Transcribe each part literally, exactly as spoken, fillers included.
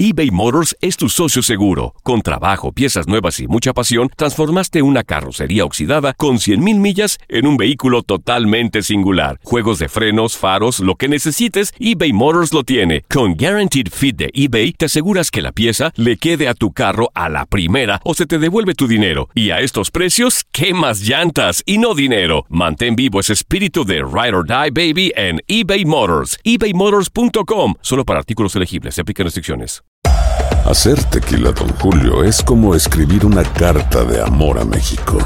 eBay Motors es tu socio seguro. Con trabajo, piezas nuevas y mucha pasión, transformaste una carrocería oxidada con cien mil millas en un vehículo totalmente singular. Juegos de frenos, faros, lo que necesites, eBay Motors lo tiene. Con Guaranteed Fit de eBay, te aseguras que la pieza le quede a tu carro a la primera o se te devuelve tu dinero. Y a estos precios, ¿qué más llantas y no dinero? Mantén vivo ese espíritu de Ride or Die, baby, en eBay Motors. ebay motors punto com. Solo para artículos elegibles. Se aplican restricciones. Hacer tequila Don Julio es como escribir una carta de amor a México.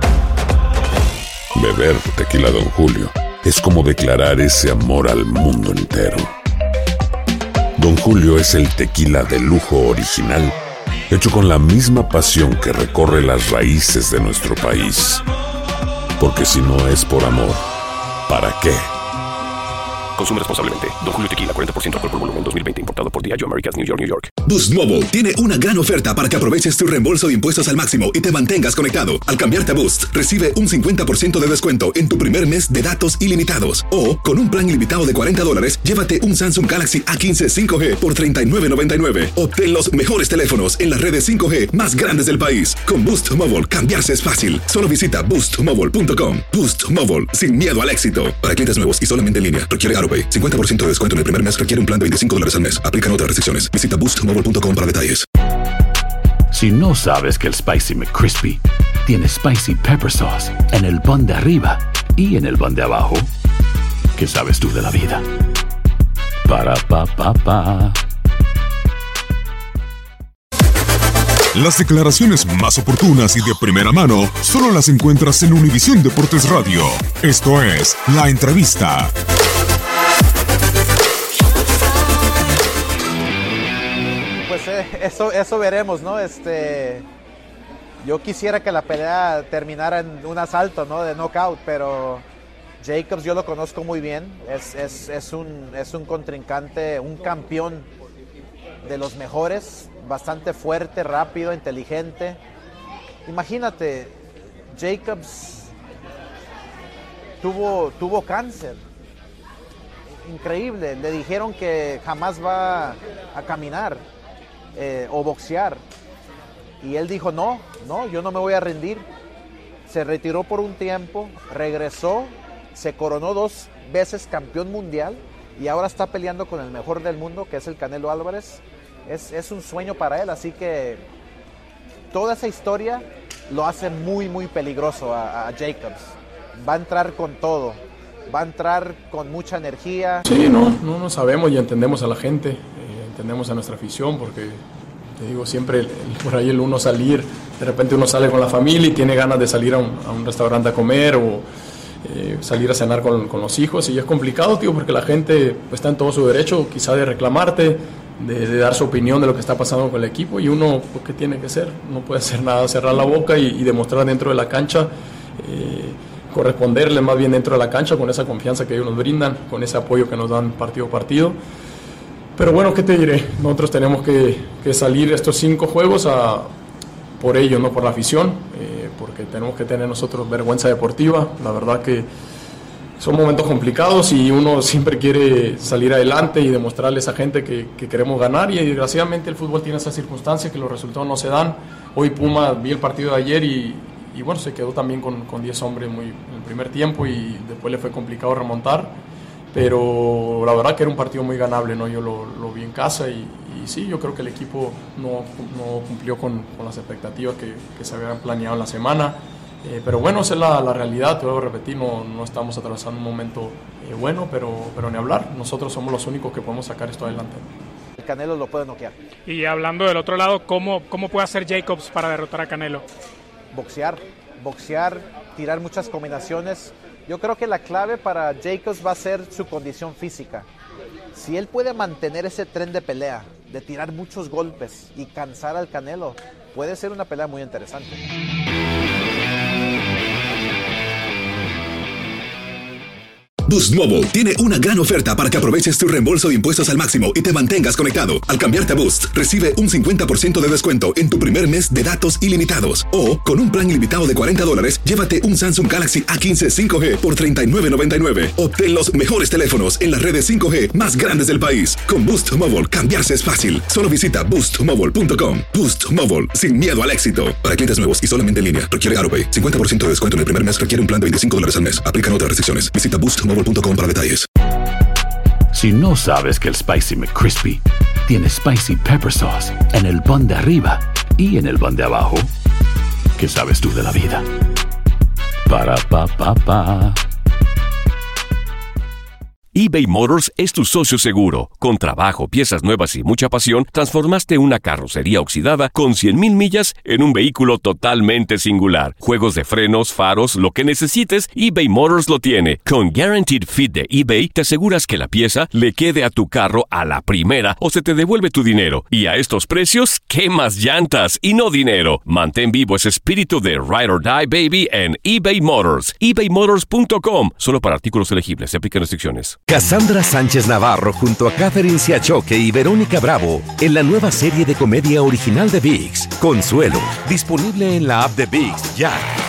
Beber tequila Don Julio es como declarar ese amor al mundo entero. Don Julio es el tequila de lujo original, hecho con la misma pasión que recorre las raíces de nuestro país. Porque si no es por amor, ¿para qué? Consume responsablemente. Don Julio Tequila, cuarenta por ciento alcohol por volumen, dos mil veinte. Importado por Diageo Americas, New York, New York. Boost Mobile tiene una gran oferta para que aproveches tu reembolso de impuestos al máximo y te mantengas conectado. Al cambiarte a Boost, recibe un cincuenta por ciento de descuento en tu primer mes de datos ilimitados. O, con un plan ilimitado de cuarenta dólares, llévate un Samsung Galaxy A quince cinco G por treinta y nueve noventa y nueve. Obtén los mejores teléfonos en las redes cinco G más grandes del país. Con Boost Mobile, cambiarse es fácil. Solo visita boost mobile punto com. Boost Mobile, sin miedo al éxito. Para clientes nuevos y solamente en línea, requiere AutoPay. cincuenta por ciento de descuento en el primer mes requiere un plan de veinticinco dólares al mes. Aplican otras restricciones. Visita boost mobile punto com para detalles. Si no sabes que el Spicy McCrispy tiene Spicy Pepper Sauce en el pan de arriba y en el pan de abajo, ¿qué sabes tú de la vida? Para, pa, pa, pa. Las declaraciones más oportunas y de primera mano solo las encuentras en Univisión Deportes Radio. Esto es La Entrevista. Pues eh, eso, eso veremos, ¿no? Este, yo quisiera que la pelea terminara en un asalto, ¿no? De knockout, pero Jacobs yo lo conozco muy bien. Es, es, es, un, es un contrincante, un campeón de los mejores, bastante fuerte, rápido, inteligente. Imagínate, Jacobs tuvo, tuvo cáncer. Increíble, le dijeron que jamás va a caminar. Eh, o boxear, y él dijo no, no, yo no me voy a rendir. Se retiró por un tiempo, regresó, se coronó dos veces campeón mundial y ahora está peleando con el mejor del mundo, que es el Canelo Álvarez. Es, es un sueño para él, así que toda esa historia lo hace muy muy peligroso a, a Jacobs. Va a entrar con todo, va a entrar con mucha energía. Sí, no, no, no sabemos y entendemos a la gente. Entendemos a nuestra afición porque, te digo, siempre el, el, por ahí el uno salir, de repente uno sale con la familia y tiene ganas de salir a un, a un restaurante a comer o eh, salir a cenar con, con los hijos, y es complicado, tío, porque la gente pues, está en todo su derecho quizá de reclamarte, de, de dar su opinión de lo que está pasando con el equipo, y uno, pues, ¿qué tiene que hacer? No puede hacer nada, cerrar la boca y, y demostrar dentro de la cancha, eh, corresponderle más bien dentro de la cancha con esa confianza que ellos nos brindan, con ese apoyo que nos dan partido a partido. Pero bueno, ¿qué te diré? Nosotros tenemos que, que salir estos cinco juegos a, por ellos, no por la afición, eh, porque tenemos que tener nosotros vergüenza deportiva. La verdad que son momentos complicados y uno siempre quiere salir adelante y demostrarle a esa gente que, que queremos ganar, y desgraciadamente el fútbol tiene esas circunstancias que los resultados no se dan. Hoy Puma, vi el partido de ayer y, y bueno, se quedó también con, con diez hombres muy, en el primer tiempo y después le fue complicado remontar. Pero la verdad que era un partido muy ganable, ¿no? Yo lo, lo vi en casa y, y sí, yo creo que el equipo no, no cumplió con, con las expectativas que, que se habían planeado en la semana. Eh, pero bueno, esa es la, la realidad, te voy a repetir, no, no estamos atravesando un momento eh, bueno, pero, pero ni hablar. Nosotros somos los únicos que podemos sacar esto adelante. El Canelo lo puede noquear. Y hablando del otro lado, ¿cómo, cómo puede hacer Jacobs para derrotar a Canelo? Boxear, boxear, tirar muchas combinaciones. Yo creo que la clave para Jacobs va a ser su condición física. Si él puede mantener ese tren de pelea, de tirar muchos golpes y cansar al Canelo, puede ser una pelea muy interesante. Boost Mobile tiene una gran oferta para que aproveches tu reembolso de impuestos al máximo y te mantengas conectado. Al cambiarte a Boost, recibe un cincuenta por ciento de descuento en tu primer mes de datos ilimitados. O, con un plan ilimitado de cuarenta dólares, llévate un Samsung Galaxy A quince cinco G por treinta y nueve noventa y nueve. Obtén los mejores teléfonos en las redes cinco G más grandes del país. Con Boost Mobile, cambiarse es fácil. Solo visita boost mobile punto com. Boost Mobile, sin miedo al éxito. Para clientes nuevos y solamente en línea, requiere AutoPay. cincuenta por ciento de descuento en el primer mes requiere un plan de veinticinco dólares al mes. Aplican otras restricciones. Visita boost mobile punto com para detalles. Si no sabes que el Spicy McCrispy tiene Spicy Pepper Sauce en el pan de arriba y en el pan de abajo, ¿qué sabes tú de la vida? Para, pa, pa, pa. eBay Motors es tu socio seguro. Con trabajo, piezas nuevas y mucha pasión, transformaste una carrocería oxidada con cien mil millas en un vehículo totalmente singular. Juegos de frenos, faros, lo que necesites, eBay Motors lo tiene. Con Guaranteed Fit de eBay, te aseguras que la pieza le quede a tu carro a la primera o se te devuelve tu dinero. Y a estos precios, ¿qué más llantas y no dinero? Mantén vivo ese espíritu de Ride or Die, baby, en eBay Motors. ebay motors punto com. Solo para artículos elegibles. Se aplican restricciones. Cassandra Sánchez Navarro junto a Catherine Siachoque y Verónica Bravo en la nueva serie de comedia original de ViX, Consuelo, disponible en la app de ViX ya.